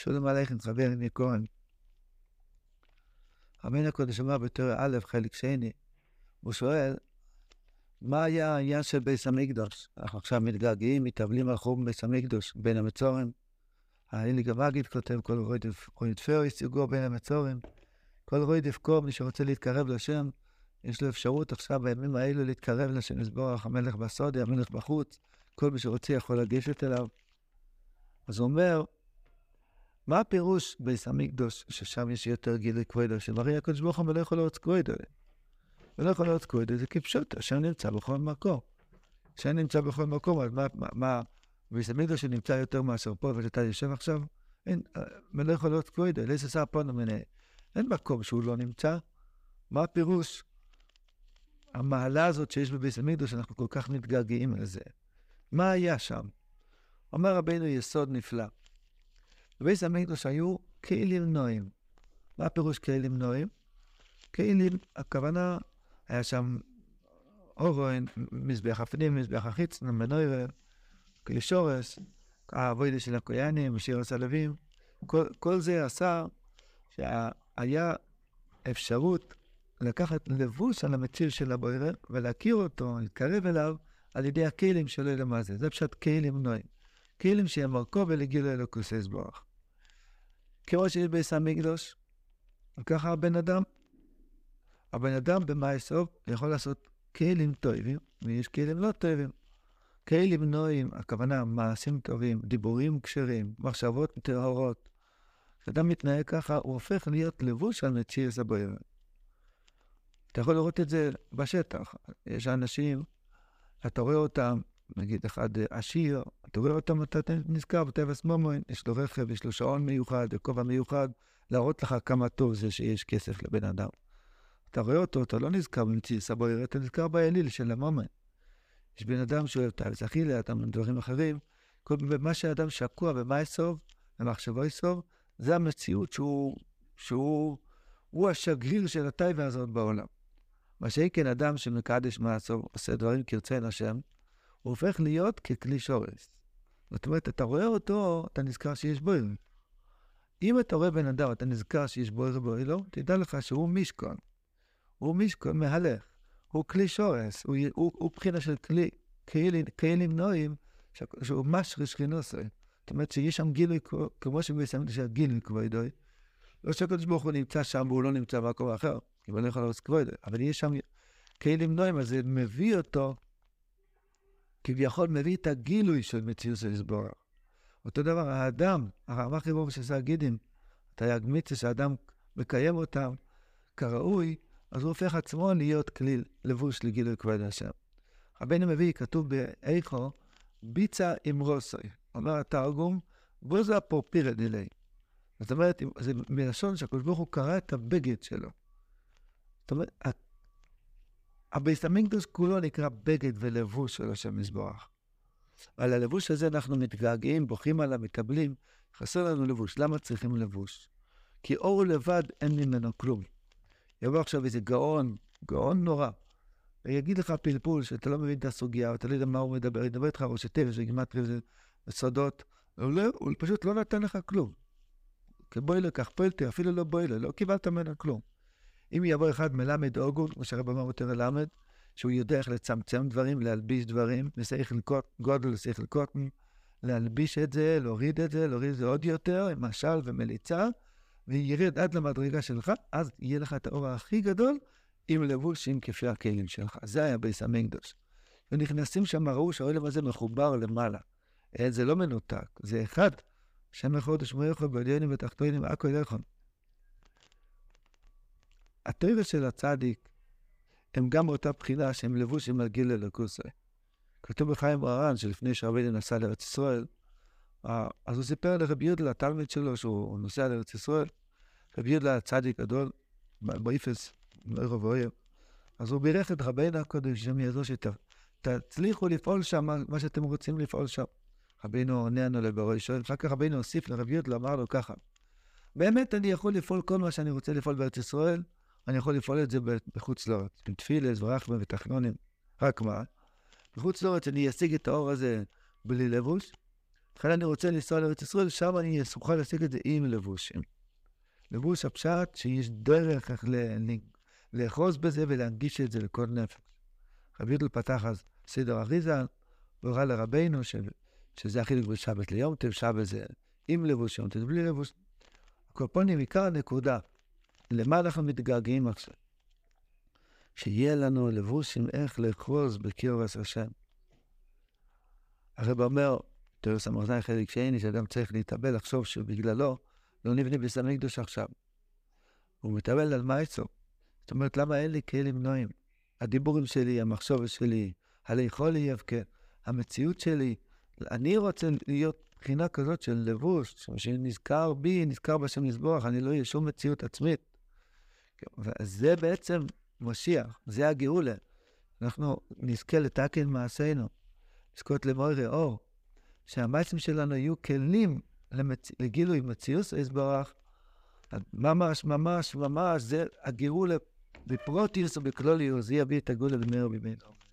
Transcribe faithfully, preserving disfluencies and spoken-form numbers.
שלום עליכם, חבר אני כהן. רבינו הקודש אמר בתורה א', חלק שני, הוא שואל, מה היה העניין של בית המקדוש? אנחנו עכשיו מתגעגעים, מתאבלים על חורבן בית המקדוש בין המצורים. האליגה מגיד כותב, כל רוידף רוידפר יסיגו בין המצורים. כל רוידף כה, מי שרוצה להתקרב לשם, יש לו אפשרות עכשיו בימים האלו להתקרב לשם יזבורך, המלך בסודי, המלך בחוץ, כל מי שרוצה יכול לגשת אליו. אז הוא אומר, מה הפירוש בית המקדוש ששם יש יותר גילוי כבודו, שמראה הקדוש ברוך הוא לא יכול לראות כבודו? ולא יכול לראות כבודו, זה כפשוט, השם נמצא בכל מקום. השם נמצא בכל מקום, אז מה, מה, מה, בית המקדוש שנמצא יותר מאשר פה, ואתה יושב עכשיו, אין, לא יכול לראות כבודו, לאיזה שר פה נמנה, אין מקום שהוא לא נמצא. מה הפירוש? המעלה הזאת שיש בבית המקדוש, אנחנו כל כך מתגעגעים לזה. מה היה שם? אומר רבינו יסוד נפלא. בבית המקדוש היו כלים נועים. מה הפירוש כלים נועים? כלים, הכוונה, היה שם אורן, מזבח הפנים, מזבח החיץ, מנוירה, כלי שורש, העבודה של הכהנים, שיר הסלבים, כל, כל זה עשה שהיה אפשרות לקחת לבוש על המציר של הבוירה, ולהכיר אותו, להתקרב אליו, על ידי הכלים שלו למעשה. זה פשוט כלים נועים. כלים שהם מרכו ולגילו אלוקוס יזבורך. כמו שיש בית המקדוש, ככה הבן אדם, הבן אדם במעשיו יכול לעשות כלים טובים, ויש כלים לא טובים. כלים נועים, הכוונה מעשים טובים, דיבורים כשרים, מחשבות טהורות. כשאדם מתנהג ככה, הוא הופך להיות לבוש על מציר הבוירה. אתה יכול לראות את זה בשטח. יש אנשים, אתה רואה אותם, נגיד אחד עשיר, אתה רואה אותם, אתה נזכר בטבע מומוין, יש לו רכב, יש לו שעון מיוחד, כובע מיוחד, להראות לך כמה טוב זה שיש כסף לבן אדם. אתה רואה אותו, אתה לא נזכר במציא סבויר, אתה נזכר באליל של המומוין. יש בן אדם שאוהב תאוויץ אכילה, אתה דברים אחרים, כל מה שהאדם שקוע במה יסוב, במחשבו יסוב, זה המציאות שהוא, שהוא, הוא השגריר של הטבע הזאת בעולם. מה שכן אדם שמקדש מעשו, עושה דברים כרצון השם, הוא הופך להיות ככלי שורש. זאת אומרת, אתה רואה אותו, אתה נזכר שיש בויר. אם אתה רואה בן אדם, אתה נזכר שיש בויר בויר, לא, תדע לך שהוא מישכון. הוא מישכון מהלך. הוא כלי שורש. הוא, הוא, הוא בחינה של כלי, כלים, כלים נועים, שהוא משריש חינוסי. זאת אומרת שיש שם גילוי, כמו שבסמית של גילוי כבודוי. לא שהקדוש ברוך הוא נמצא שם, והוא לא נמצא במקום אחר, כי הוא לא יכול לעשות כבודוי. אבל יש שם כלים נועים, אז זה מביא אותו, כביכול מביא את הגילוי של מציאות של יזבורך. אותו דבר, האדם, הרמ"ח ריבוב שעשה גידים, אתה יגמיצה שהאדם מקיים אותם כראוי, אז הוא הופך עצמו להיות כליל, לבוש לגילוי כבוד השם. רבינו מביא, כתוב באיכו, ביצה עם רוסוי. אומר התרגום, בוזה פורפירה דילי. זאת אומרת, זה מלשון שהקדוש ברוך הוא קרא את הבגד שלו. זאת אומרת, הבית המקדוש כולו נקרא בגד ולבוש של השם יזבורך. על הלבוש הזה אנחנו מתגעגעים, בוכים עליו, מתאבלים, חסר לנו לבוש. למה צריכים לבוש? כי אור לבד אין ממנו כלום. יבוא עכשיו איזה גאון, גאון נורא, ויגיד לך פלפול שאתה לא מבין את הסוגיה, ואתה לא יודע מה הוא מדבר, ידבר איתך ראשי טבע, וגימטרי וסודות, הוא, לא, הוא פשוט לא נתן לך כלום. כבוילה, כך פלטי, אפילו לא בוילה, לא קיבלת ממנו כלום. אם יבוא אחד מלמד אוגון, כמו שהרב אמר יותר מלמד, שהוא יודע איך לצמצם דברים, להלביש דברים, לשכל גודל, לשכל קוטן, להלביש את זה, להוריד את זה, להוריד את זה עוד יותר, עם משל ומליצה, וירד עד למדרגה שלך, אז יהיה לך את האור הכי גדול, עם לבושים כפי הכלים שלך. זה היה בית המקדוש. ונכנסים שם, ראו שהעולם הזה מחובר למעלה. זה לא מנותק, זה אחד. שם אחד ושמור יכול בעליינים ותחתונים, הכל ילכון. הטבע של הצדיק, הם גם באותה בחינה שהם לבושים על גיל אלוקוסי. כתוב בחיים מוהר"ן, שלפני שרבינו נסע לארץ ישראל, אז הוא סיפר לרבי יהודה, התלמיד שלו, שהוא נוסע לארץ ישראל, רבי יהודה הצדיק גדול, באיפס, בערב אוהב, אז הוא בירך את רבינו הקודש, שם יעזור שתצליחו לפעול שם, מה שאתם רוצים לפעול שם. רבינו עונה לנו לבורא שואל, אחר כך רבינו הוסיף לרבי יהודה, אמר לו ככה, באמת אני יכול לפעול כל מה שאני רוצה לפעול בארץ ישראל, אני יכול לפעול את זה בחוץ לארץ, עם תפילס ורחמים ותחנונים, רק מה? בחוץ לארץ אני אשיג את האור הזה בלי לבוש, לכן אני רוצה לנסוע לארץ ישראל, שם אני אוכל להשיג את זה עם לבושים. לבוש הפשט שיש דרך איך לאחוז בזה ולהנגיש את זה לכל נפש. רבי יהודה פתח אז סדר אריזה, והורה לרבינו ש... שזה החילוק בין שבת ליום טוב, שבת זה עם לבוש, יום טוב בלי לבוש. הקופונים עיקר נקודה, למה אנחנו מתגעגעים עכשיו? שיהיה לנו לבושים איך לאחוז בקרבת השם. הרב אומר, תירוס המאזניים חלק שני, שאדם צריך להתאבל לחשוב שבגללו לא נבנה בית המקדש עכשיו. הוא מתאבל על מה עצו. זאת אומרת, למה אין לי כלים נועים? הדיבורים שלי, המחשוב שלי, הלאכול יבכה, המציאות שלי, אני רוצה להיות בחינה כזאת של לבוש, שנזכר בי, נזכר בשם לסבוח, אני לא אהיה שום מציאות עצמית. וזה בעצם משיח, זה הגאולה. אנחנו נזכה לתקן מעשינו, לזכות למורי אור, שהמעשים שלנו יהיו כלים למצ... לגילוי מציאות יסברך, ממש, ממש, ממש, זה הגאולה בפרוטיוס ובכלוליוס, זה יביא את הגאולה במהרה בימינו.